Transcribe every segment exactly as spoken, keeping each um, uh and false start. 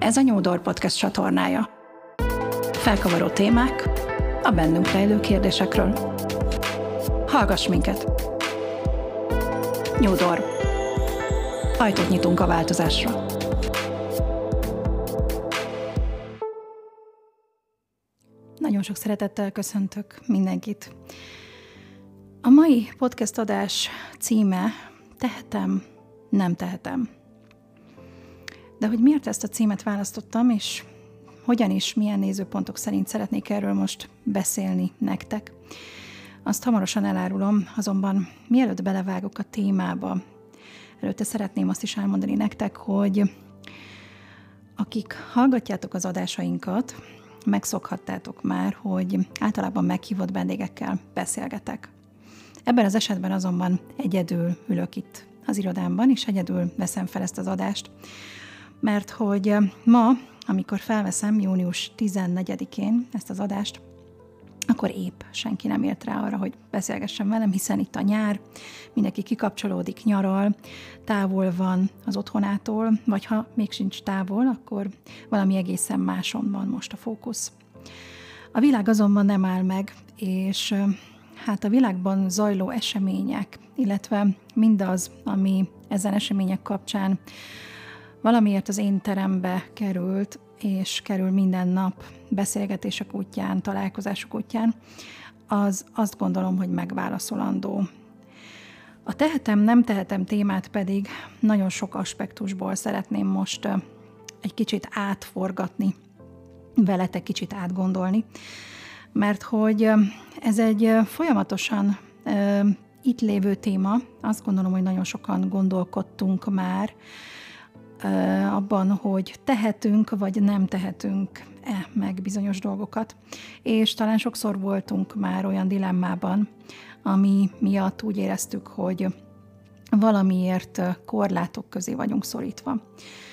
Ez a Nyúdor Podcast csatornája. Felkavaró témák a bennünk rejlő kérdésekről. Hallgass minket! Nyúdor. Ajtót nyitunk a változásra. Nagyon sok szeretettel köszöntök mindenkit. A mai podcast adás címe Tehetem, nem tehetem. De hogy miért ezt a címet választottam, és hogyan is, milyen nézőpontok szerint szeretnék erről most beszélni nektek, azt hamarosan elárulom, azonban mielőtt belevágok a témába, előtte szeretném azt is elmondani nektek, hogy akik hallgatjátok az adásainkat, megszokhattátok már, hogy általában meghívott vendégekkel beszélgetek. Ebben az esetben azonban egyedül ülök itt az irodámban, és egyedül veszem fel ezt az adást, mert hogy ma, amikor felveszem június tizennegyedikén ezt az adást, akkor épp senki nem ért rá arra, hogy beszélgessen velem, hiszen itt a nyár, mindenki kikapcsolódik, nyaral, távol van az otthonától, vagy ha még sincs távol, akkor valami egészen máson van most a fókusz. A világ azonban nem áll meg, és hát a világban zajló események, illetve mindaz, ami ezen események kapcsán valamiért az én terembe került, és kerül minden nap beszélgetések útján, találkozások útján, az azt gondolom, hogy megválaszolandó. A tehetem, nem tehetem témát pedig nagyon sok aspektusból szeretném most egy kicsit átforgatni, veletek kicsit átgondolni, mert hogy ez egy folyamatosan itt lévő téma, azt gondolom, hogy nagyon sokan gondolkodtunk már abban, hogy tehetünk, vagy nem tehetünk-e meg bizonyos dolgokat. És talán sokszor voltunk már olyan dilemmában, ami miatt úgy éreztük, hogy valamiért korlátok közé vagyunk szorítva.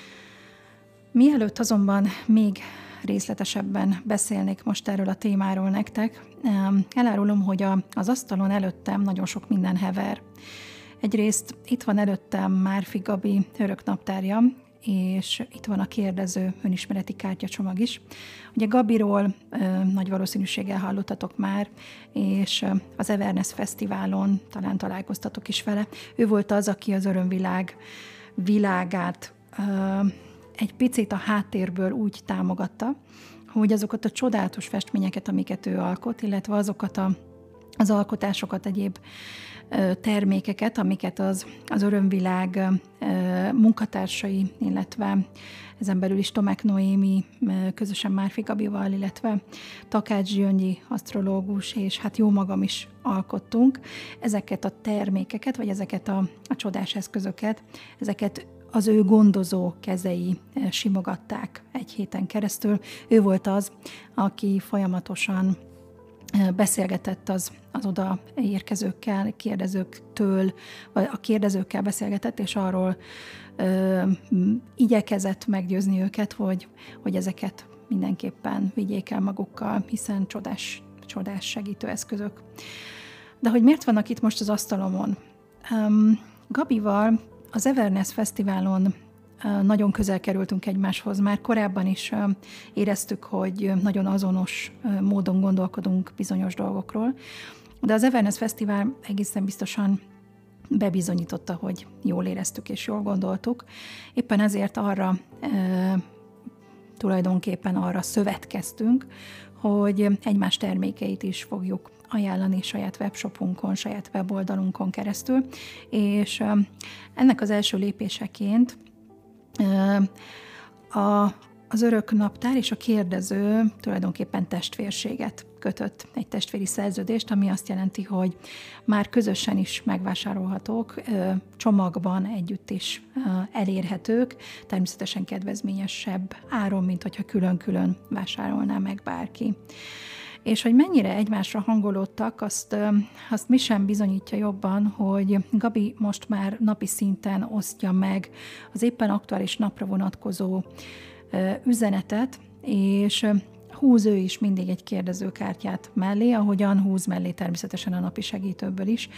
Mielőtt azonban még részletesebben beszélnék most erről a témáról nektek, elárulom, hogy az asztalon előttem nagyon sok minden hever. Egyrészt itt van előttem Márfi Gabi öröknaptárja, és itt van a kérdező önismereti kártyacsomag is. Ugye Gabiról ö, nagy valószínűséggel hallottatok már, és az Everness Fesztiválon talán találkoztatok is vele. Ő volt az, aki az örömvilág világát ö, egy picit a háttérből úgy támogatta, hogy azokat a csodálatos festményeket, amiket ő alkot, illetve azokat a, az alkotásokat, egyéb termékeket, amiket az, az örömvilág munkatársai, illetve ezen belül is Tomek Noémi közösen Márfi Gabival, illetve Takács Gyöngyi asztrológus, és hát jó magam is alkottunk. Ezeket a termékeket, vagy ezeket a, a csodás eszközöket, ezeket az ő gondozó kezei simogatták egy héten keresztül. Ő volt az, aki folyamatosan beszélgetett az, az oda érkezőkkel, kérdezőktől, vagy a kérdezőkkel beszélgetett, és arról ö, igyekezett meggyőzni őket, hogy, hogy ezeket mindenképpen vigyék el magukkal, hiszen csodás, csodás segítőeszközök. De hogy miért vannak itt most az asztalomon? Um, Gabival az Everness Fesztiválon nagyon közel kerültünk egymáshoz. Már korábban is éreztük, hogy nagyon azonos módon gondolkodunk bizonyos dolgokról, de az Everness Fesztivál egészen biztosan bebizonyította, hogy jól éreztük és jól gondoltuk. Éppen ezért arra tulajdonképpen arra szövetkeztünk, hogy egymás termékeit is fogjuk ajánlani saját webshopunkon, saját weboldalunkon keresztül, és ennek az első lépéseként A, az öröknaptár és a kérdező tulajdonképpen testvérséget kötött, egy testvéri szerződést, ami azt jelenti, hogy már közösen is megvásárolhatók, csomagban együtt is elérhetők, természetesen kedvezményesebb áron, mint hogyha külön-külön vásárolná meg bárki. És hogy mennyire egymásra hangolódtak, azt, azt mi sem bizonyítja jobban, hogy Gabi most már napi szinten osztja meg az éppen aktuális napra vonatkozó üzenetet, és húz ő is mindig egy kérdezőkártyát mellé, ahogyan húz mellé természetesen a napi segítőből is,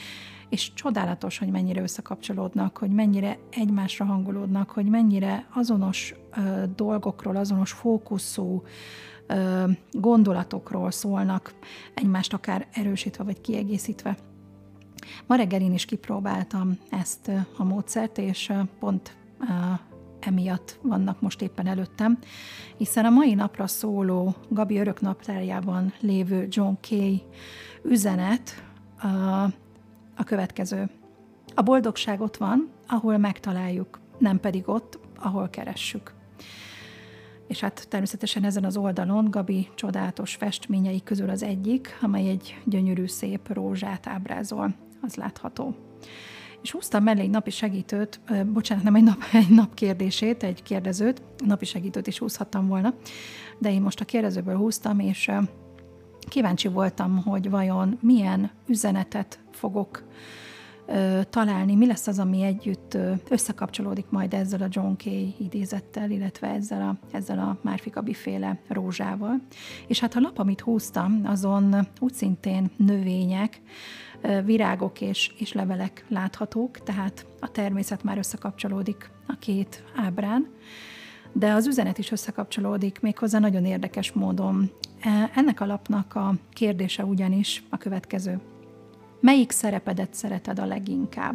és csodálatos, hogy mennyire összekapcsolódnak, hogy mennyire egymásra hangolódnak, hogy mennyire azonos ö, dolgokról, azonos fókuszú ö, gondolatokról szólnak, egymást akár erősítve vagy kiegészítve. Ma reggel én is kipróbáltam ezt a módszert, és pont uh, emiatt vannak most éppen előttem, hiszen a mai napra szóló Gabi öröknaptárjában lévő John Kay üzenet uh, a következő. A boldogság ott van, ahol megtaláljuk, nem pedig ott, ahol keressük. És hát természetesen ezen az oldalon Gabi csodálatos festményei közül az egyik, amely egy gyönyörű, szép rózsát ábrázol, az látható. És húztam mellé egy napi segítőt, ö, bocsánat, nem egy nap, egy nap kérdését, egy kérdezőt, napi segítőt is húzhattam volna, de én most a kérdezőből húztam, és ö, kíváncsi voltam, hogy vajon milyen üzenetet fogok ö, találni, mi lesz az, ami együtt ö, összekapcsolódik majd ezzel a John Kay idézettel, illetve ezzel a, ezzel a Márfi Gabi féle rózsával. És hát a lap, amit húztam, azon úgy szintén növények, virágok és, és levelek láthatók, tehát a természet már összekapcsolódik a két ábrán, de az üzenet is összekapcsolódik méghozzá nagyon érdekes módon. Ennek a lapnak a kérdése ugyanis a következő. Melyik szerepedet szereted a leginkább?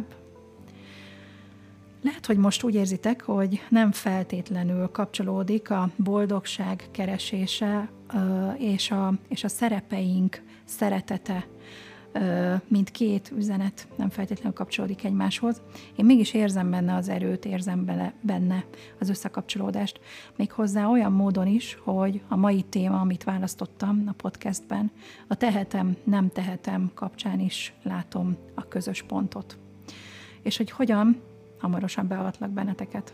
Lehet, hogy most úgy érzitek, hogy nem feltétlenül kapcsolódik a boldogság keresése és a, és a szerepeink szeretete, mint két üzenet nem feltétlenül kapcsolódik egymáshoz. Én mégis érzem benne az erőt, érzem benne az összekapcsolódást, méghozzá olyan módon is, hogy a mai téma, amit választottam a podcastben, a tehetem, nem tehetem kapcsán is látom a közös pontot. És hogy hogyan, hamarosan beavatlak benneteket.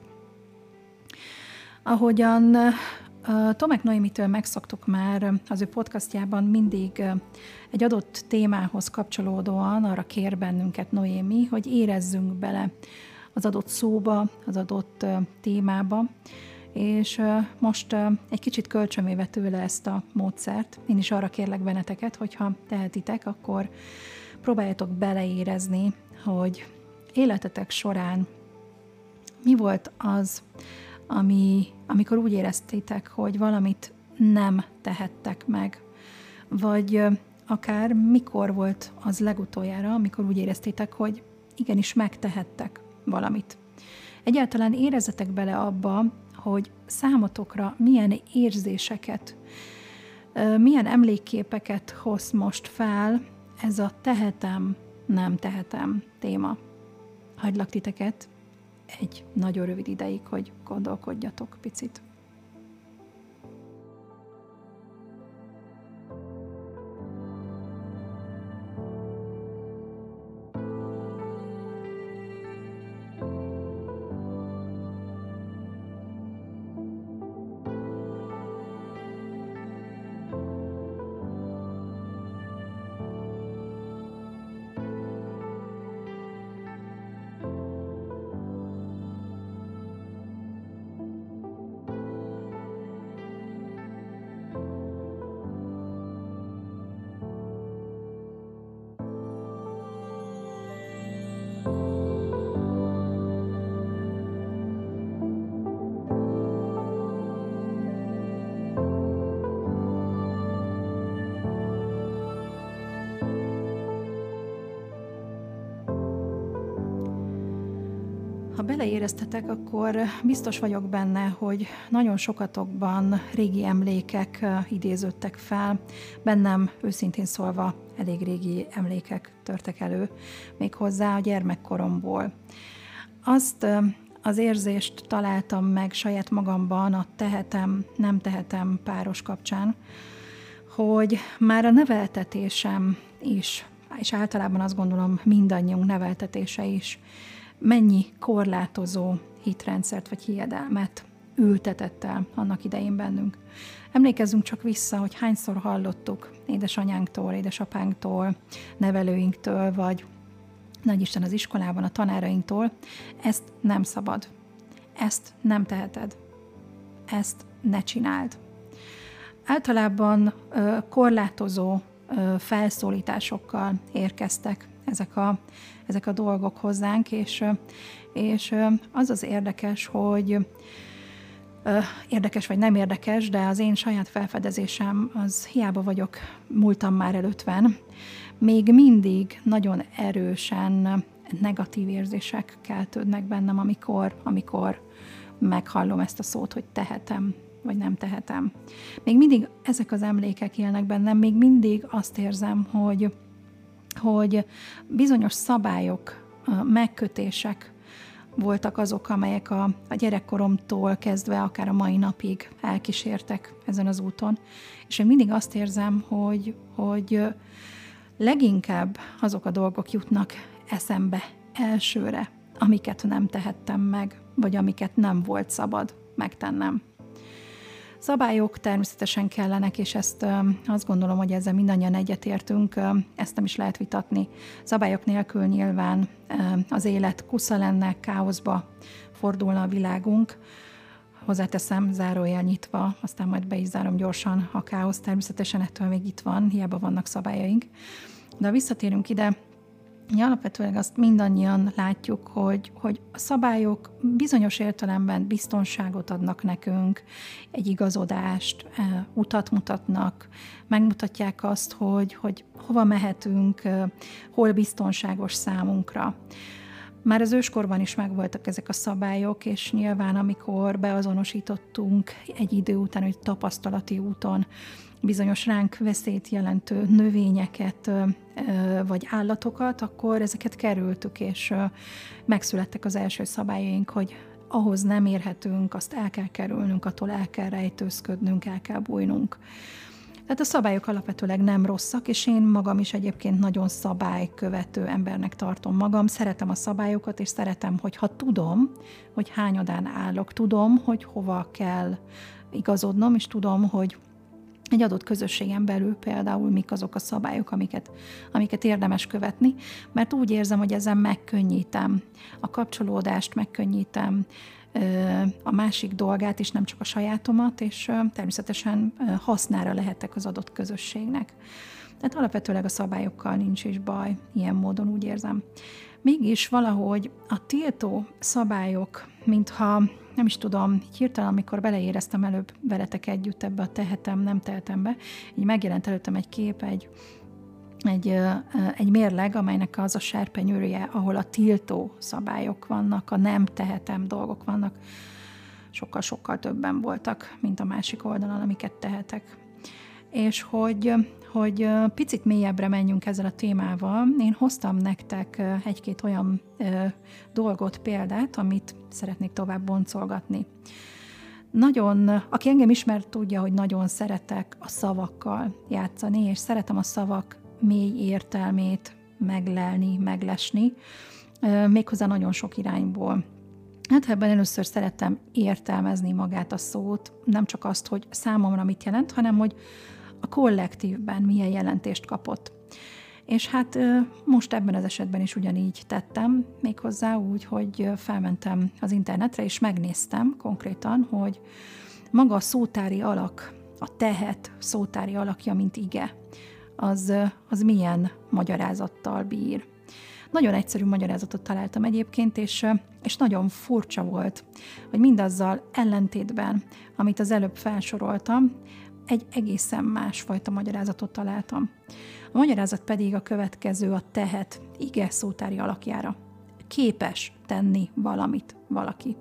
Ahogyan Tomek Noémitől megszoktuk már, az ő podcastjában mindig egy adott témához kapcsolódóan arra kér bennünket Noémi, hogy érezzünk bele az adott szóba, az adott témába, és most egy kicsit kölcsönvéve tőle ezt a módszert. Én is arra kérlek benneteket, hogyha tehetitek, akkor próbáljatok beleérezni, hogy életetek során mi volt az, Ami, amikor úgy éreztétek, hogy valamit nem tehettek meg, vagy akár mikor volt az legutoljára, amikor úgy éreztétek, hogy igenis megtehettek valamit. Egyáltalán érezzetek bele abba, hogy számotokra milyen érzéseket, milyen emlékképeket hoz most fel ez a tehetem, nem tehetem téma. Hagylak titeket egy nagyon rövid ideig, hogy gondolkodjatok picit. Ha beleéreztetek, akkor biztos vagyok benne, hogy nagyon sokatokban régi emlékek idéződtek fel. Bennem őszintén szólva elég régi emlékek törtek elő, méghozzá a gyermekkoromból. Azt az érzést találtam meg saját magamban a tehetem, nem tehetem páros kapcsán, hogy már a neveltetésem is, és általában azt gondolom mindannyiunk neveltetése is, mennyi korlátozó hitrendszert vagy hiedelmet ültetett el annak idején bennünk. Emlékezzünk csak vissza, hogy hányszor hallottuk édesanyánktól, édesapánktól, nevelőinktől, vagy nagyisten az iskolában, a tanárainktól, ezt nem szabad, ezt nem teheted, ezt ne csináld. Általában ö, korlátozó felszólításokkal érkeztek ezek a, ezek a dolgok hozzánk, és, és az az érdekes, hogy érdekes vagy nem érdekes, de az én saját felfedezésem, az hiába vagyok, múltam már el ötven, még mindig nagyon erősen negatív érzések keltődnek bennem, amikor, amikor meghallom ezt a szót, hogy tehetem, vagy nem tehetem. Még mindig ezek az emlékek élnek bennem, még mindig azt érzem, hogy, hogy bizonyos szabályok, megkötések voltak azok, amelyek a, a gyerekkoromtól kezdve akár a mai napig elkísértek ezen az úton. És én mindig azt érzem, hogy, hogy leginkább azok a dolgok jutnak eszembe elsőre, amiket nem tehettem meg, vagy amiket nem volt szabad megtennem. Szabályok természetesen kellenek, és ezt azt gondolom, hogy ezzel mindannyian egyetértünk, ezt nem is lehet vitatni. Szabályok nélkül nyilván az élet kusza lenne, káoszba fordulna a világunk. Hozzáteszem, zárójel nyitva, aztán majd be is zárom gyorsan a káosz, természetesen ettől még itt van, hiába vannak szabályaink. De ha visszatérünk ide, alapvetően azt mindannyian látjuk, hogy, hogy a szabályok bizonyos értelemben biztonságot adnak nekünk, egy igazodást, utat mutatnak, megmutatják azt, hogy, hogy hova mehetünk, hol biztonságos számunkra. Már az őskorban is megvoltak ezek a szabályok, és nyilván amikor beazonosítottunk egy idő után, hogy tapasztalati úton bizonyos ránk veszélyt jelentő növényeket vagy állatokat, akkor ezeket kerültük, és megszülettek az első szabályaink, hogy ahhoz nem érhetünk, azt el kell kerülnünk, attól el kell rejtőzködnünk, el kell bújnunk. Tehát a szabályok alapvetőleg nem rosszak, és én magam is egyébként nagyon szabálykövető embernek tartom magam. Szeretem a szabályokat, és szeretem, hogyha tudom, hogy hányadán állok, tudom, hogy hova kell igazodnom, és tudom, hogy egy adott közösségen belül például mik azok a szabályok, amiket, amiket érdemes követni, mert úgy érzem, hogy ezzel megkönnyítem a kapcsolódást, megkönnyítem a másik dolgát, és nem csak a sajátomat, és természetesen hasznára lehetek az adott közösségnek. Tehát alapvetőleg a szabályokkal nincs is baj, ilyen módon úgy érzem. Mégis valahogy a tiltó szabályok, mintha, nem is tudom, hirtelen, amikor beleéreztem előbb veletek együtt ebbe a tehetem, nem tehetembe, így megjelent előttem egy kép, egy, egy, egy mérleg, amelynek az a serpenyője, ahol a tiltó szabályok vannak, a nem tehetem dolgok vannak. Sokkal-sokkal többen voltak, mint a másik oldalon, amiket tehetek. És hogy, hogy picit mélyebbre menjünk ezzel a témával, én hoztam nektek egy-két olyan dolgot, példát, amit szeretnék tovább boncolgatni. Nagyon, aki engem ismer, tudja, hogy nagyon szeretek a szavakkal játszani, és szeretem a szavak mély értelmét meglelni, meglesni, méghozzá nagyon sok irányból. Hát ebben először szerettem értelmezni magát a szót, nem csak azt, hogy számomra mit jelent, hanem hogy a kollektívben milyen jelentést kapott. És hát most ebben az esetben is ugyanígy tettem, méghozzá úgy, hogy felmentem az internetre, és megnéztem konkrétan, hogy maga a szótári alak, a tehet szótári alakja, mint ige, az, az milyen magyarázattal bír. Nagyon egyszerű magyarázatot találtam egyébként, és, és nagyon furcsa volt, hogy mindazzal ellentétben, amit az előbb felsoroltam, egy egészen másfajta magyarázatot találtam. A magyarázat pedig a következő, a tehet ige szótári alakjára. Képes tenni valamit valaki.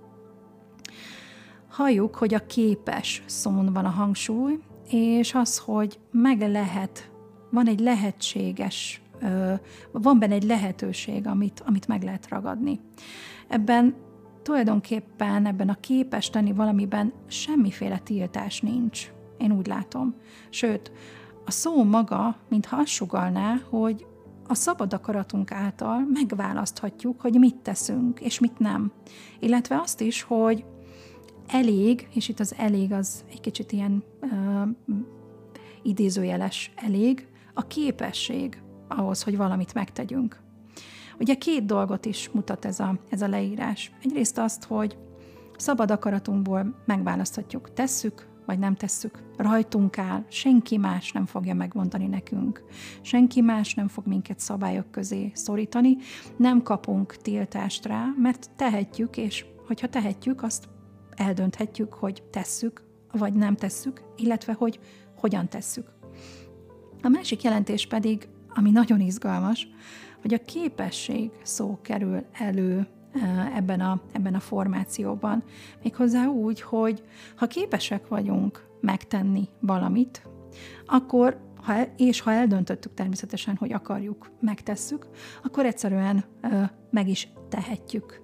Halljuk, hogy a képes szón van a hangsúly, és az, hogy meg lehet, van egy lehetséges, van benne egy lehetőség, amit, amit meg lehet ragadni. Ebben tulajdonképpen, ebben a képes tenni valamiben semmiféle tiltás nincs. Én úgy látom. Sőt, a szó maga, mintha azt sugallná, hogy a szabad akaratunk által megválaszthatjuk, hogy mit teszünk, és mit nem. Illetve azt is, hogy elég, és itt az elég az egy kicsit ilyen uh, idézőjeles elég, a képesség ahhoz, hogy valamit megtegyünk. Ugye két dolgot is mutat ez a, ez a leírás. Egyrészt azt, hogy szabad akaratunkból megválaszthatjuk, tesszük, vagy nem tesszük. Rajtunk áll, senki más nem fogja megmondani nekünk. Senki más nem fog minket szabályok közé szorítani, nem kapunk tiltást rá, mert tehetjük, és hogyha tehetjük, azt eldönthetjük, hogy tesszük, vagy nem tesszük, illetve hogy hogyan tesszük. A másik jelentés pedig, ami nagyon izgalmas, hogy a képesség szó kerül elő ebben a, ebben a formációban. Méghozzá úgy, hogy ha képesek vagyunk megtenni valamit, akkor, ha, és ha eldöntöttük természetesen, hogy akarjuk, megtesszük, akkor egyszerűen meg is tehetjük.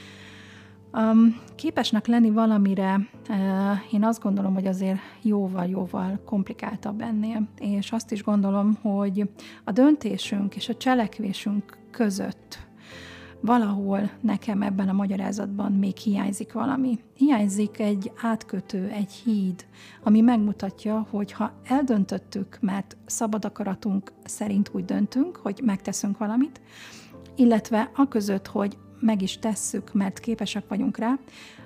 Um, képesnek lenni valamire, uh, én azt gondolom, hogy azért jóval-jóval komplikáltabb ennél, és azt is gondolom, hogy a döntésünk és a cselekvésünk között valahol nekem ebben a magyarázatban még hiányzik valami. Hiányzik egy átkötő, egy híd, ami megmutatja, hogy ha eldöntöttük, mert szabad akaratunk szerint úgy döntünk, hogy megteszünk valamit, illetve aközött, hogy meg is tesszük, mert képesek vagyunk rá,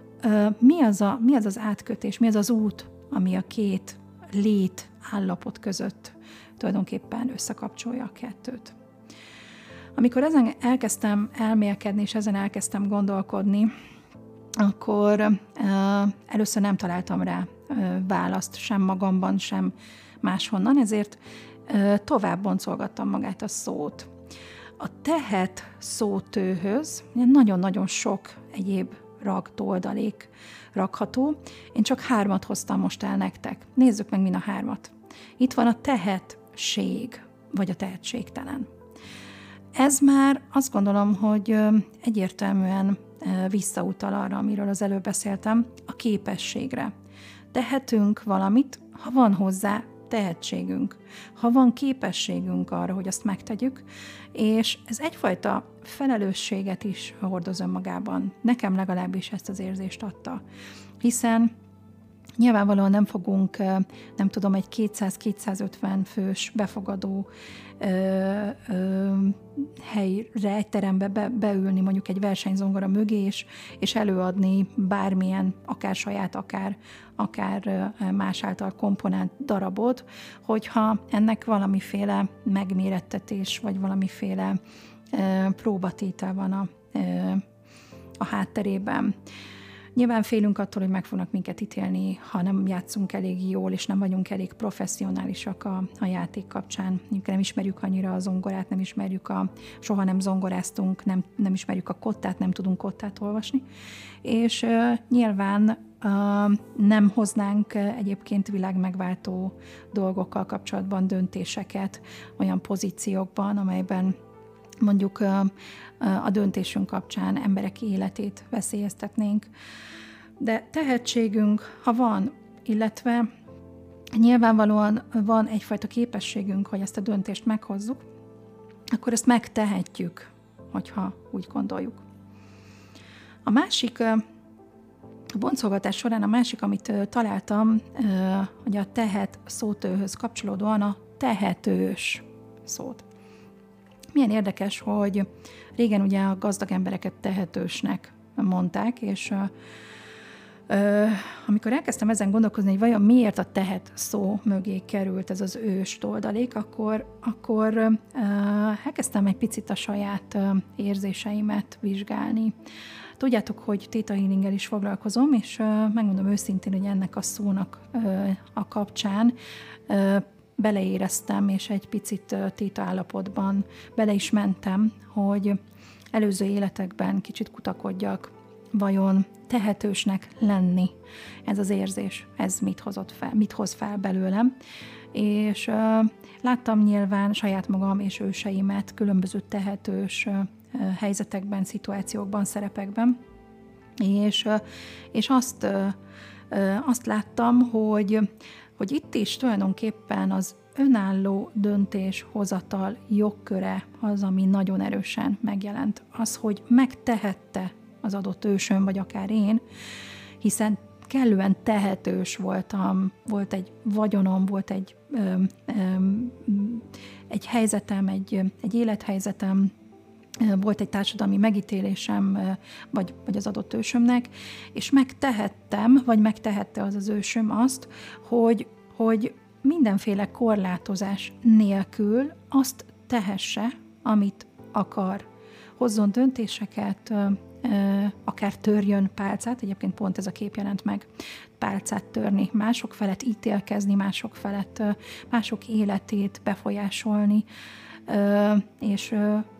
mi az, a, mi az az átkötés, mi az az út, ami a két lét állapot között tulajdonképpen összekapcsolja a kettőt. Amikor ezen elkezdtem elmélkedni, és ezen elkezdtem gondolkodni, akkor uh, először nem találtam rá uh, választ, sem magamban, sem máshonnan, ezért uh, tovább boncolgattam magát a szót. A tehet szótőhöz nagyon-nagyon sok egyéb ragtoldalék rakható. Én csak hármat hoztam most el nektek. Nézzük meg mind a hármat. Itt van a tehetség, vagy a tehetségtelen. Ez már azt gondolom, hogy egyértelműen visszautal arra, amiről az előbb beszéltem, a képességre. Tehetünk valamit, ha van hozzá tehetségünk, ha van képességünk arra, hogy azt megtegyük, és ez egyfajta felelősséget is hordoz önmagában. Nekem legalábbis ezt az érzést adta. Hiszen nyilvánvalóan nem fogunk, nem tudom, egy kétszáz-kétszázötven fős befogadó ö, ö, helyre, egy terembe be, beülni mondjuk egy versenyzongora mögé, és, és előadni bármilyen, akár saját, akár, akár más által komponált darabot, hogyha ennek valamiféle megmérettetés, vagy valamiféle ö, próbatétel van a, ö, a hátterében. Nyilván félünk attól, hogy meg fognak minket ítélni, ha nem játszunk elég jól, és nem vagyunk elég professzionálisak a, a játék kapcsán. Nem ismerjük annyira a zongorát, nem ismerjük a, soha nem zongoráztunk, nem, nem ismerjük a kottát, nem tudunk kottát olvasni. És uh, nyilván uh, nem hoznánk uh, egyébként világmegváltó dolgokkal kapcsolatban döntéseket olyan pozíciókban, amelyben mondjuk a döntésünk kapcsán emberek életét veszélyeztetnénk. De tehetségünk, ha van, illetve nyilvánvalóan van egyfajta képességünk, hogy ezt a döntést meghozzuk, akkor ezt megtehetjük, hogyha úgy gondoljuk. A másik, a boncolgatás során a másik, amit találtam, hogy a tehet szótőhöz kapcsolódóan a tehetős szót. Milyen érdekes, hogy régen ugye a gazdag embereket tehetősnek mondták, és uh, uh, amikor elkezdtem ezen gondolkozni, hogy vajon miért a tehet szó mögé került ez az ős toldalék, akkor, akkor uh, elkezdtem egy picit a saját uh, érzéseimet vizsgálni. Tudjátok, hogy Theta Healinggel is foglalkozom, és uh, megmondom őszintén, hogy ennek a szónak uh, a kapcsán uh, beleéreztem, és egy picit téta állapotban bele is mentem, hogy előző életekben kicsit kutakodjak, vajon tehetősnek lenni ez az érzés, ez mit hozott fel, mit hoz fel belőlem. És uh, láttam nyilván saját magam és őseimet különböző tehetős uh, helyzetekben, szituációkban, szerepekben, és, uh, és azt, uh, uh, azt láttam, hogy hogy itt is tulajdonképpen az önálló döntéshozatal jogköre az, ami nagyon erősen megjelent. Az, hogy megtehette az adott ősöm, vagy akár én, hiszen kellően tehetős voltam, volt egy vagyonom, volt egy, ö, ö, egy helyzetem, egy, egy élethelyzetem, volt egy társadalmi megítélésem, vagy, vagy az adott ősömnek, és megtehettem, vagy megtehette az az ősöm azt, hogy, hogy mindenféle korlátozás nélkül azt tehesse, amit akar. Hozzon döntéseket, akár törjön pálcát, egyébként pont ez a kép jelent meg, pálcát törni, mások felett ítélkezni, mások felett, mások életét befolyásolni, és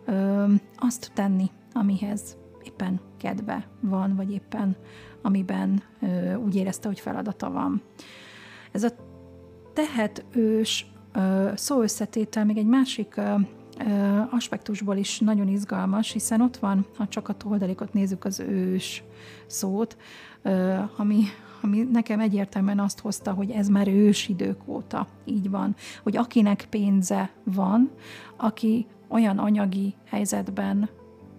azt tenni, amihez éppen kedve van, vagy éppen amiben úgy érezte, hogy feladata van. Ez a tehetős szó összetétel még egy másik aspektusból is nagyon izgalmas, hiszen ott van, ha csak a toldalékot nézzük, az ős szót, ami, ami nekem egyértelműen azt hozta, hogy ez már ősidők óta így van, hogy akinek pénze van, aki olyan anyagi helyzetben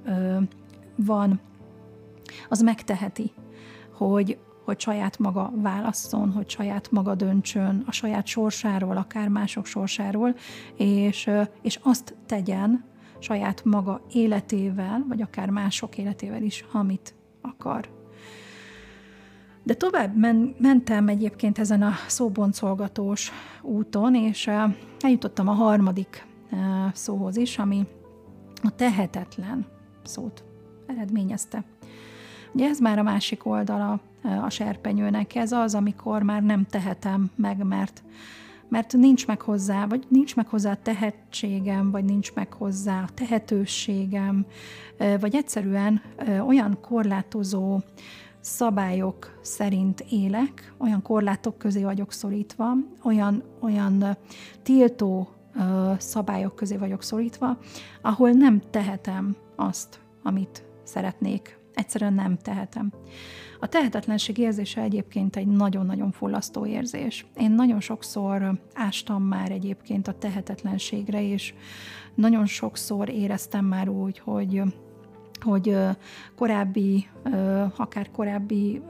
van, az megteheti, hogy hogy saját maga válasszon, hogy saját maga döntsön a saját sorsáról, akár mások sorsáról, és, és azt tegyen saját maga életével, vagy akár mások életével is, amit akar. De tovább men, mentem egyébként ezen a szóboncolgatós úton, és eljutottam a harmadik szóhoz is, ami a tehetetlen szót eredményezte. Ugye ez már a másik oldala a serpenyőnek, ez az, amikor már nem tehetem meg, mert, mert nincs meg hozzá, vagy nincs meg hozzá a tehetségem, vagy nincs meg hozzá a tehetőségem, vagy egyszerűen olyan korlátozó szabályok szerint élek, olyan korlátok közé vagyok szorítva, olyan, olyan tiltó szabályok közé vagyok szorítva, ahol nem tehetem azt, amit szeretnék. Egyszerűen nem tehetem. A tehetetlenség érzése egyébként egy nagyon-nagyon fullasztó érzés. Én nagyon sokszor ástam már egyébként a tehetetlenségre, és nagyon sokszor éreztem már úgy, hogy, hogy korábbi, akár korábbi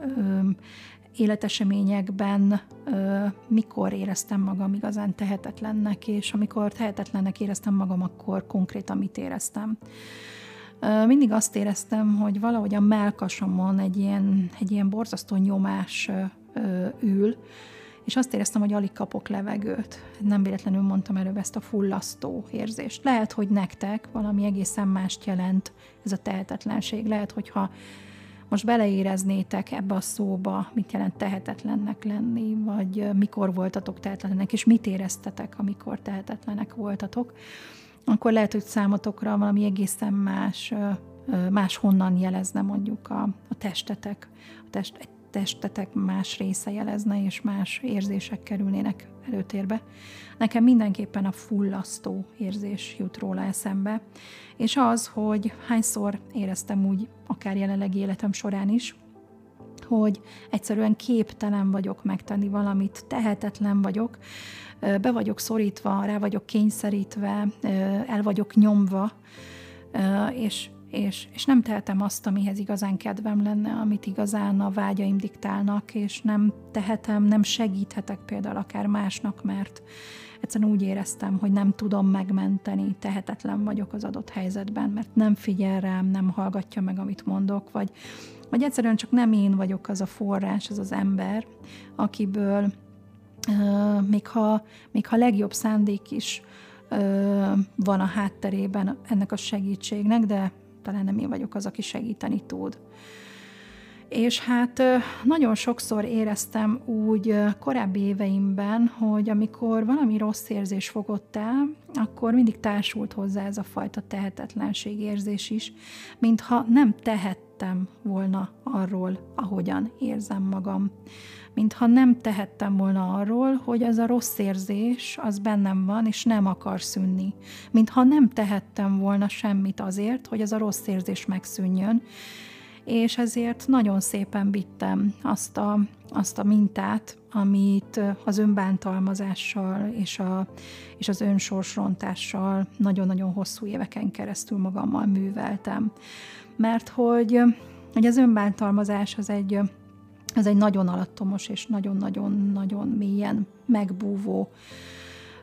életeseményekben mikor éreztem magam igazán tehetetlennek, és amikor tehetetlennek éreztem magam, akkor konkrétan mit éreztem. Mindig azt éreztem, hogy valahogy a mellkasomon egy ilyen, egy ilyen borzasztó nyomás ül, és azt éreztem, hogy alig kapok levegőt. Nem véletlenül mondtam előbb ezt a fullasztó érzést. Lehet, hogy nektek valami egészen mást jelent ez a tehetetlenség. Lehet, hogyha most beleéreznétek ebbe a szóba, mit jelent tehetetlennek lenni, vagy mikor voltatok tehetetlenek, és mit éreztetek, amikor tehetetlenek voltatok, akkor lehet, hogy számotokra valami egészen más, más honnan jelezne mondjuk a, a testetek, a test, egy testetek más része jelezne, és más érzések kerülnének előtérbe. Nekem mindenképpen a fullasztó érzés jut róla eszembe, és az, hogy hányszor éreztem úgy, akár jelenlegi életem során is, hogy egyszerűen képtelen vagyok megtenni valamit, tehetetlen vagyok, be vagyok szorítva, rá vagyok kényszerítve, el vagyok nyomva, és, és, és nem tehetem azt, amihez igazán kedvem lenne, amit igazán a vágyaim diktálnak, és nem tehetem, nem segíthetek például akár másnak, mert egyszerűen úgy éreztem, hogy nem tudom megmenteni, tehetetlen vagyok az adott helyzetben, mert nem figyel rám, nem hallgatja meg, amit mondok, vagy, vagy egyszerűen csak nem én vagyok az a forrás, az az ember, akiből Uh, még, ha, még ha legjobb szándék is uh, van a hátterében ennek a segítségnek, de talán nem én vagyok az, aki segíteni tud. És hát uh, nagyon sokszor éreztem úgy uh, korábbi éveimben, hogy amikor valami rossz érzés fogott el, akkor mindig társult hozzá ez a fajta tehetetlenség érzés is, mintha nem tehettem volna arról, ahogyan érzem magam. Mintha nem tehettem volna arról, hogy ez a rossz érzés, az bennem van, és nem akar szűnni. Mintha nem tehettem volna semmit azért, hogy ez a rossz érzés megszűnjön, és ezért nagyon szépen vittem azt a, azt a mintát, amit az önbántalmazással és, a, és az önsorsrontással nagyon-nagyon hosszú éveken keresztül magammal műveltem. Mert hogy, hogy az önbántalmazás az egy Ez egy nagyon alattomos és nagyon-nagyon-nagyon mélyen megbúvó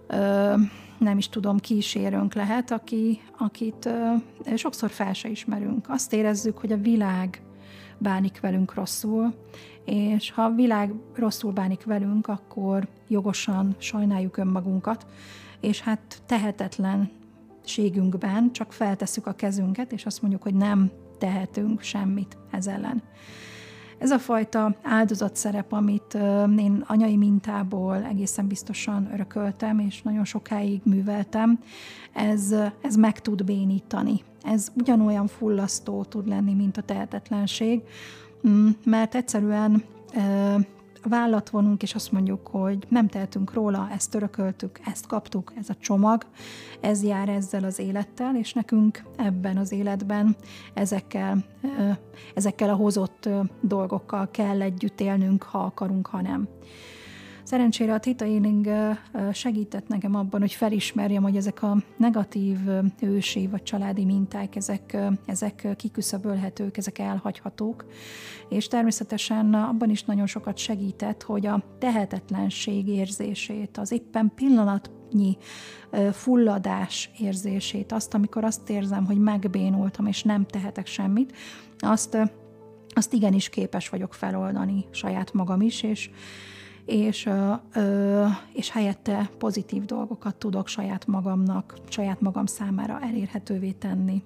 nem is tudom, kísérőnk lehet, aki, akit sokszor fel se ismerünk. Azt érezzük, hogy a világ bánik velünk rosszul, és ha a világ rosszul bánik velünk, akkor jogosan sajnáljuk önmagunkat, és hát tehetetlenségünkben csak feltesszük a kezünket, és azt mondjuk, hogy nem tehetünk semmit ez ellen. Ez a fajta áldozatszerep, amit én anyai mintából egészen biztosan örököltem, és nagyon sokáig műveltem, ez, ez meg tud bénítani. Ez ugyanolyan fullasztó tud lenni, mint a tehetetlenség, mert egyszerűen vállat vonunk, és azt mondjuk, hogy nem tehetünk róla, ezt örököltük, ezt kaptuk, ez a csomag, ez jár ezzel az élettel, és nekünk ebben az életben ezekkel, ezekkel a hozott dolgokkal kell együtt élnünk, ha akarunk, ha nem. Szerencsére a Theta Healing segített nekem abban, hogy felismerjem, hogy ezek a negatív ősi vagy családi minták, ezek, ezek kiküszöbölhetők, ezek elhagyhatók, és természetesen abban is nagyon sokat segített, hogy a tehetetlenség érzését, az éppen pillanatnyi fulladás érzését, azt, amikor azt érzem, hogy megbénultam, és nem tehetek semmit, azt, azt igenis képes vagyok feloldani saját magam is, és És, és helyette pozitív dolgokat tudok saját magamnak, saját magam számára elérhetővé tenni.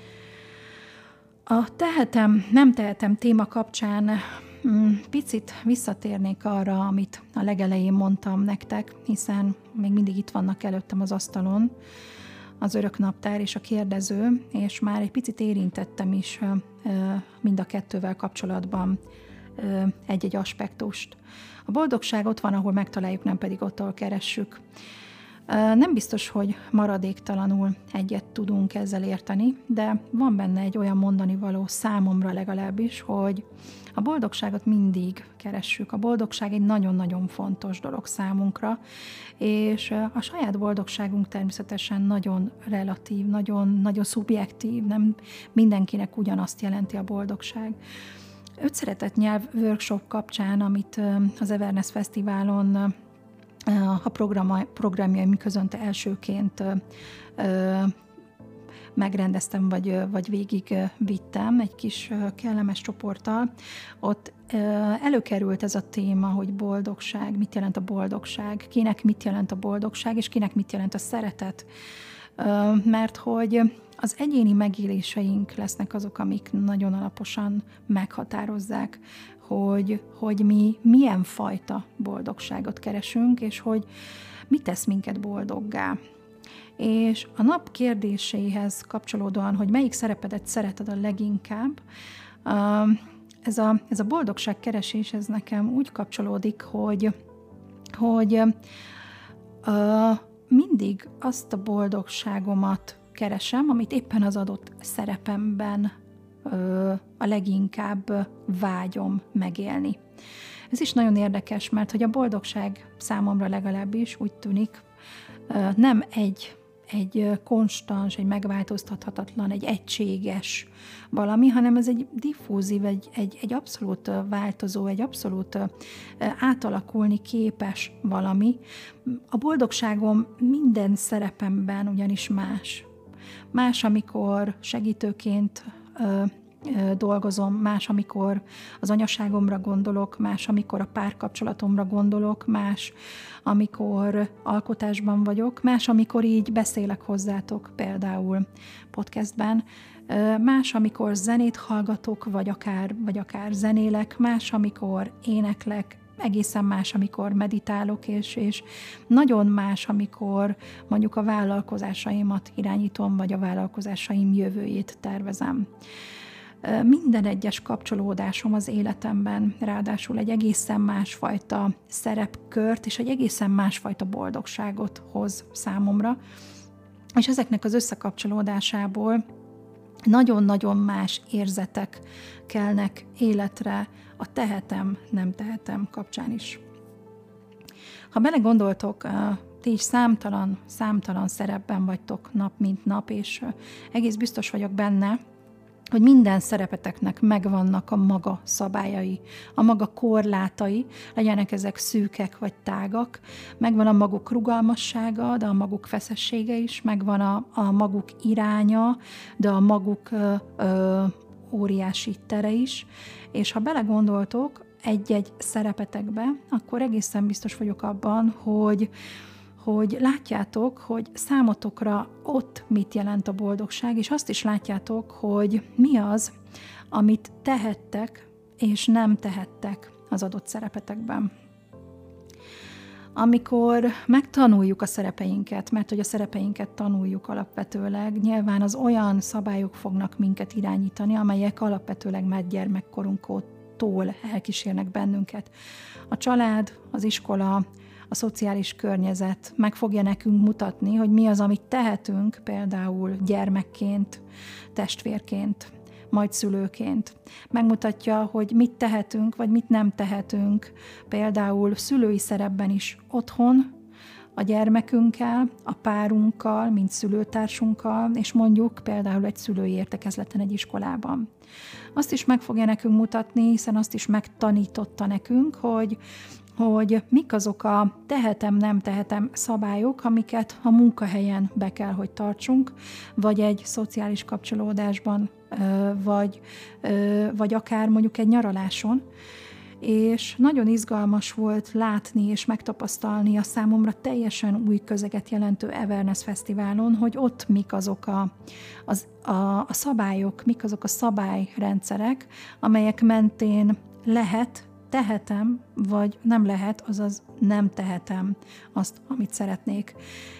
A tehetem, nem tehetem téma kapcsán picit visszatérnék arra, amit a legelején mondtam nektek, hiszen még mindig itt vannak előttem az asztalon az öröknaptár és a kérdező, és már egy picit érintettem is mind a kettővel kapcsolatban egy-egy aspektust. A boldogság ott van, ahol megtaláljuk, nem pedig ott, ahol keressük. Nem biztos, hogy maradéktalanul egyet tudunk ezzel érteni, de van benne egy olyan mondani való számomra legalábbis, hogy a boldogságot mindig keressük. A boldogság egy nagyon-nagyon fontos dolog számunkra, és a saját boldogságunk természetesen nagyon relatív, nagyon, nagyon szubjektív, nem mindenkinek ugyanazt jelenti a boldogság. Öt szeretett nyelv workshop kapcsán, amit az Everness Fesztiválon a programjaim között elsőként megrendeztem, vagy, vagy végig vittem egy kis kellemes csoporttal. Ott előkerült ez a téma, hogy boldogság, mit jelent a boldogság, kinek mit jelent a boldogság, és kinek mit jelent a szeretet. Mert hogy az egyéni megéléseink lesznek azok, amik nagyon alaposan meghatározzák, hogy, hogy mi milyen fajta boldogságot keresünk, és hogy mi tesz minket boldoggá. És a nap kérdéséhez kapcsolódóan, hogy melyik szerepedet szereted a leginkább, ez a, ez a boldogság keresés, ez nekem úgy kapcsolódik, hogy, hogy mindig azt a boldogságomat keresem, amit éppen az adott szerepemben ö, a leginkább vágyom megélni. Ez is nagyon érdekes, mert hogy a boldogság számomra legalábbis úgy tűnik, ö, nem egy, egy konstans, egy megváltoztathatatlan, egy egységes valami, hanem ez egy diffúzív, egy, egy, egy abszolút változó, egy abszolút átalakulni képes valami. A boldogságom minden szerepemben ugyanis más. Más, amikor segítőként ö, ö, dolgozom, más, amikor az anyaságomra gondolok, más, amikor a párkapcsolatomra gondolok, más, amikor alkotásban vagyok, más, amikor így beszélek hozzátok, például podcastben, ö, más, amikor zenét hallgatok, vagy akár, vagy akár zenélek, más, amikor éneklek, egészen más, amikor meditálok, és, és nagyon más, amikor mondjuk a vállalkozásaimat irányítom, vagy a vállalkozásaim jövőjét tervezem. Minden egyes kapcsolódásom az életemben ráadásul egy egészen másfajta szerepkört, és egy egészen másfajta boldogságot hoz számomra, és ezeknek az összekapcsolódásából nagyon-nagyon más érzetek kelnek életre a tehetem, nem tehetem kapcsán is. Ha belegondoltok, ti is számtalan, számtalan szerepben vagytok nap mint nap, és egész biztos vagyok benne, hogy minden szerepeteknek megvannak a maga szabályai, a maga korlátai, legyenek ezek szűkek vagy tágak, megvan a maguk rugalmassága, de a maguk feszessége is, megvan a, a maguk iránya, de a maguk ö, ö, óriási tere is, és ha belegondoltok egy-egy szerepetekbe, akkor egészen biztos vagyok abban, hogy hogy látjátok, hogy számotokra ott mit jelent a boldogság, és azt is látjátok, hogy mi az, amit tehettek, és nem tehettek az adott szerepetekben. Amikor megtanuljuk a szerepeinket, mert hogy a szerepeinket tanuljuk alapvetőleg, nyilván az olyan szabályok fognak minket irányítani, amelyek alapvetőleg már gyermekkorunktól elkísérnek bennünket. A család, az iskola, a szociális környezet meg fogja nekünk mutatni, hogy mi az, amit tehetünk, például gyermekként, testvérként, majd szülőként. Megmutatja, hogy mit tehetünk, vagy mit nem tehetünk, például szülői szerepben is otthon, a gyermekünkkel, a párunkkal, mint szülőtársunkkal, és mondjuk például egy szülői értekezleten egy iskolában. Azt is meg fogja nekünk mutatni, hiszen azt is megtanította nekünk, hogy hogy mik azok a tehetem, nem tehetem szabályok, amiket a munkahelyen be kell, hogy tartsunk, vagy egy szociális kapcsolódásban, vagy, vagy akár mondjuk egy nyaraláson. És nagyon izgalmas volt látni és megtapasztalni a számomra teljesen új közeget jelentő Everness Fesztiválon, hogy ott mik azok a, az, a, a szabályok, mik azok a szabályrendszerek, amelyek mentén lehet, tehetem, vagy nem lehet, azaz nem tehetem azt, amit szeretnék.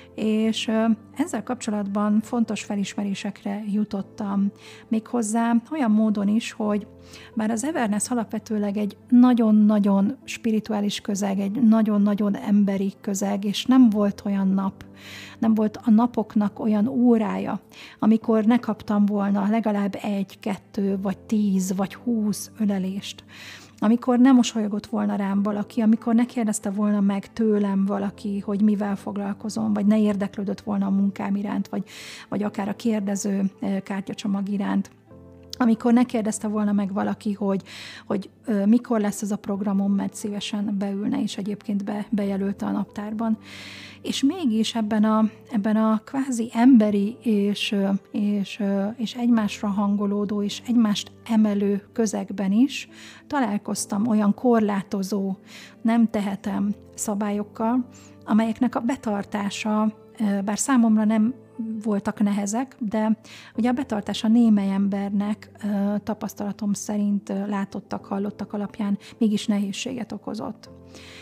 És ezzel kapcsolatban fontos felismerésekre jutottam, méghozzá olyan módon is, hogy bár az Everness alapvetőleg egy nagyon-nagyon spirituális közeg, egy nagyon-nagyon emberi közeg, és nem volt olyan nap, nem volt a napoknak olyan órája, amikor ne kaptam volna legalább egy, kettő, vagy tíz, vagy húsz ölelést, amikor nem mosolygott volna rám valaki, amikor ne kérdezte volna meg tőlem valaki, hogy mivel foglalkozom, vagy ne érdeklődött volna a munkám iránt, vagy, vagy akár a kérdező kártyacsomag iránt. Amikor ne kérdezte volna meg valaki, hogy, hogy ö, mikor lesz ez a programom, mert szívesen beülne, és egyébként be, bejelölte a naptárban. És mégis ebben a, ebben a kvázi emberi és, és, és egymásra hangolódó és egymást emelő közegben is találkoztam olyan korlátozó, nem tehetem szabályokkal, amelyeknek a betartása, bár számomra nem voltak nehezek, de ugye a betartása némely embernek tapasztalatom szerint látottak, hallottak alapján mégis nehézséget okozott.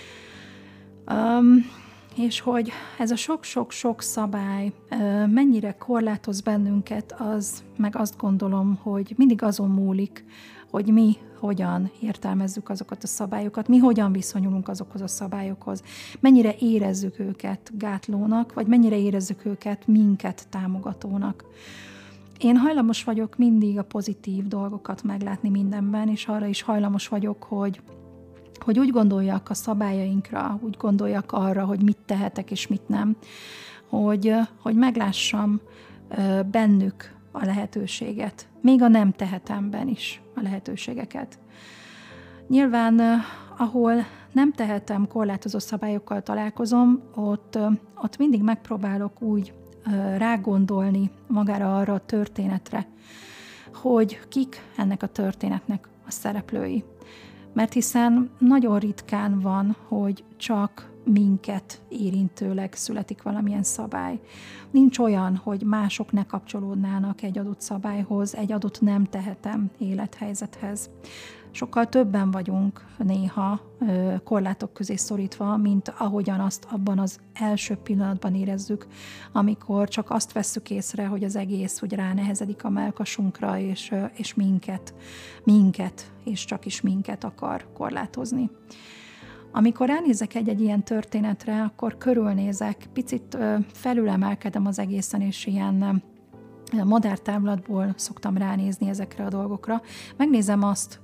Um, és hogy ez a sok-sok-sok szabály mennyire korlátoz bennünket, az meg azt gondolom, hogy mindig azon múlik, hogy mi hogyan értelmezzük azokat a szabályokat, mi hogyan viszonyulunk azokhoz a szabályokhoz, mennyire érezzük őket gátlónak, vagy mennyire érezzük őket minket támogatónak. Én hajlamos vagyok mindig a pozitív dolgokat meglátni mindenben, és arra is hajlamos vagyok, hogy hogy úgy gondoljak a szabályainkra, úgy gondoljak arra, hogy mit tehetek és mit nem, hogy, hogy meglássam bennük a lehetőséget, még a nem tehetemben is a lehetőségeket. Nyilván, ahol nem tehetem, korlátozó szabályokkal találkozom, ott, ott mindig megpróbálok úgy rágondolni magára arra a történetre, hogy kik ennek a történetnek a szereplői. Mert hiszen nagyon ritkán van, hogy csak minket érintőleg születik valamilyen szabály. Nincs olyan, hogy mások ne kapcsolódnának egy adott szabályhoz, egy adott nem tehetem élethelyzethez. Sokkal többen vagyunk néha korlátok közé szorítva, mint ahogyan azt abban az első pillanatban érezzük, amikor csak azt vesszük észre, hogy az egész úgy ránehezedik a mellkasunkra, és, és minket, minket, és csak is minket akar korlátozni. Amikor ránézek egy-egy ilyen történetre, akkor körülnézek, picit felülemelkedem az egészen, és ilyen madártávlatból szoktam ránézni ezekre a dolgokra. Megnézem azt,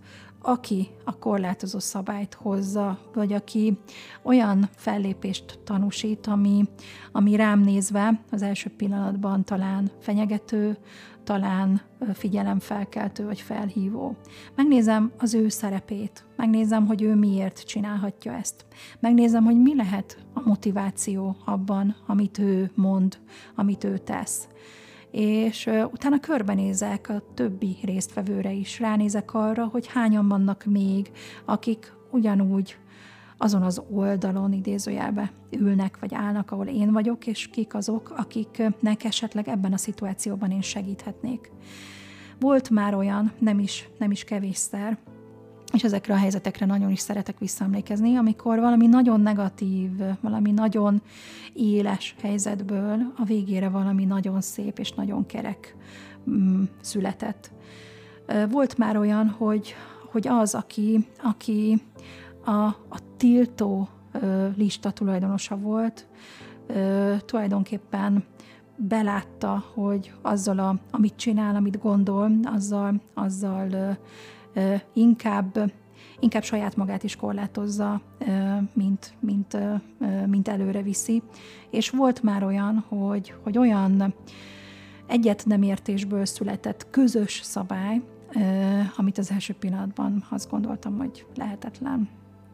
aki a korlátozó szabályt hozza, vagy aki olyan fellépést tanúsít, ami, ami rám nézve az első pillanatban talán fenyegető, talán figyelemfelkeltő vagy felhívó. Megnézem az ő szerepét, megnézem, hogy ő miért csinálhatja ezt. Megnézem, hogy mi lehet a motiváció abban, amit ő mond, amit ő tesz. És utána körbenézek a többi résztvevőre is, ránézek arra, hogy hányan vannak még, akik ugyanúgy azon az oldalon idézőjelbe ülnek, vagy állnak, ahol én vagyok, és kik azok, akiknek esetleg ebben a szituációban én segíthetnék. Volt már olyan, nem is, nem is kevésszer, és ezekre a helyzetekre nagyon is szeretek visszaemlékezni, amikor valami nagyon negatív, valami nagyon éles helyzetből a végére valami nagyon szép és nagyon kerek mm, született. Volt már olyan, hogy, hogy az, aki, aki a, a tiltó lista tulajdonosa volt, tulajdonképpen belátta, hogy azzal, a, amit csinál, amit gondol, azzal, azzal inkább, inkább saját magát is korlátozza, mint, mint, mint előre viszi. És volt már olyan, hogy, hogy olyan egyet nem értésből született közös szabály, amit az első pillanatban azt gondoltam, hogy lehetetlen.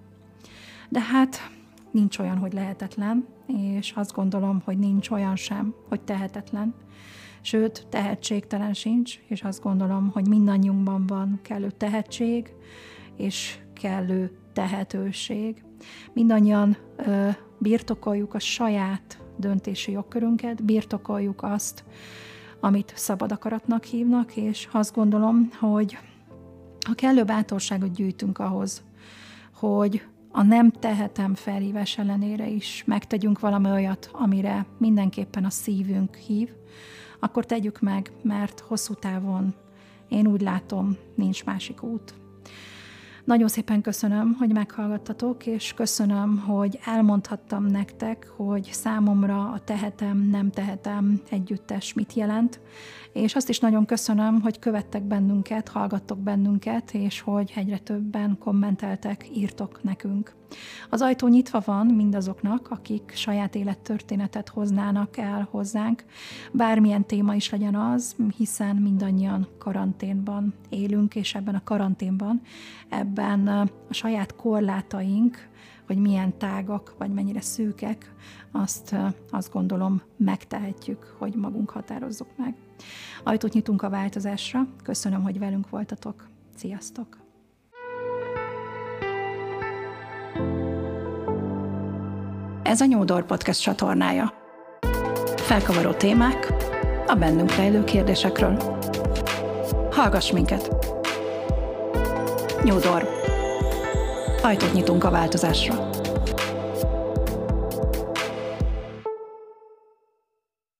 De hát nincs olyan, hogy lehetetlen, és azt gondolom, hogy nincs olyan sem, hogy tehetetlen. Sőt, tehetségtelen sincs, és azt gondolom, hogy mindannyiunkban van kellő tehetség, és kellő tehetőség. Mindannyian ö, birtokoljuk a saját döntési jogkörünket, birtokoljuk azt, amit szabad akaratnak hívnak, és azt gondolom, hogy ha kellő bátorságot gyűjtünk ahhoz, hogy a nem tehetem felhívás ellenére is megtegyünk valami olyat, amire mindenképpen a szívünk hív, akkor tegyük meg, mert hosszú távon én úgy látom, nincs másik út. Nagyon szépen köszönöm, hogy meghallgattatok, és köszönöm, hogy elmondhattam nektek, hogy számomra a tehetem, nem tehetem együttes mit jelent, és azt is nagyon köszönöm, hogy követtek bennünket, hallgattok bennünket, és hogy egyre többen kommenteltek, írtok nekünk. Az ajtó nyitva van mindazoknak, akik saját élettörténetet hoznának el hozzánk, bármilyen téma is legyen az, hiszen mindannyian karanténban élünk, és ebben a karanténban, ebben a saját korlátaink, hogy milyen tágak, vagy mennyire szűkek, azt, azt gondolom megtehetjük, hogy magunk határozzuk meg. Ajtót nyitunk a változásra. Köszönöm, hogy velünk voltatok. Sziasztok! Ez a New Door Podcast csatornája. Felkavaró témák a bennünk rejlő kérdésekről. Hallgass minket! New Door. Ajtót nyitunk a változásra.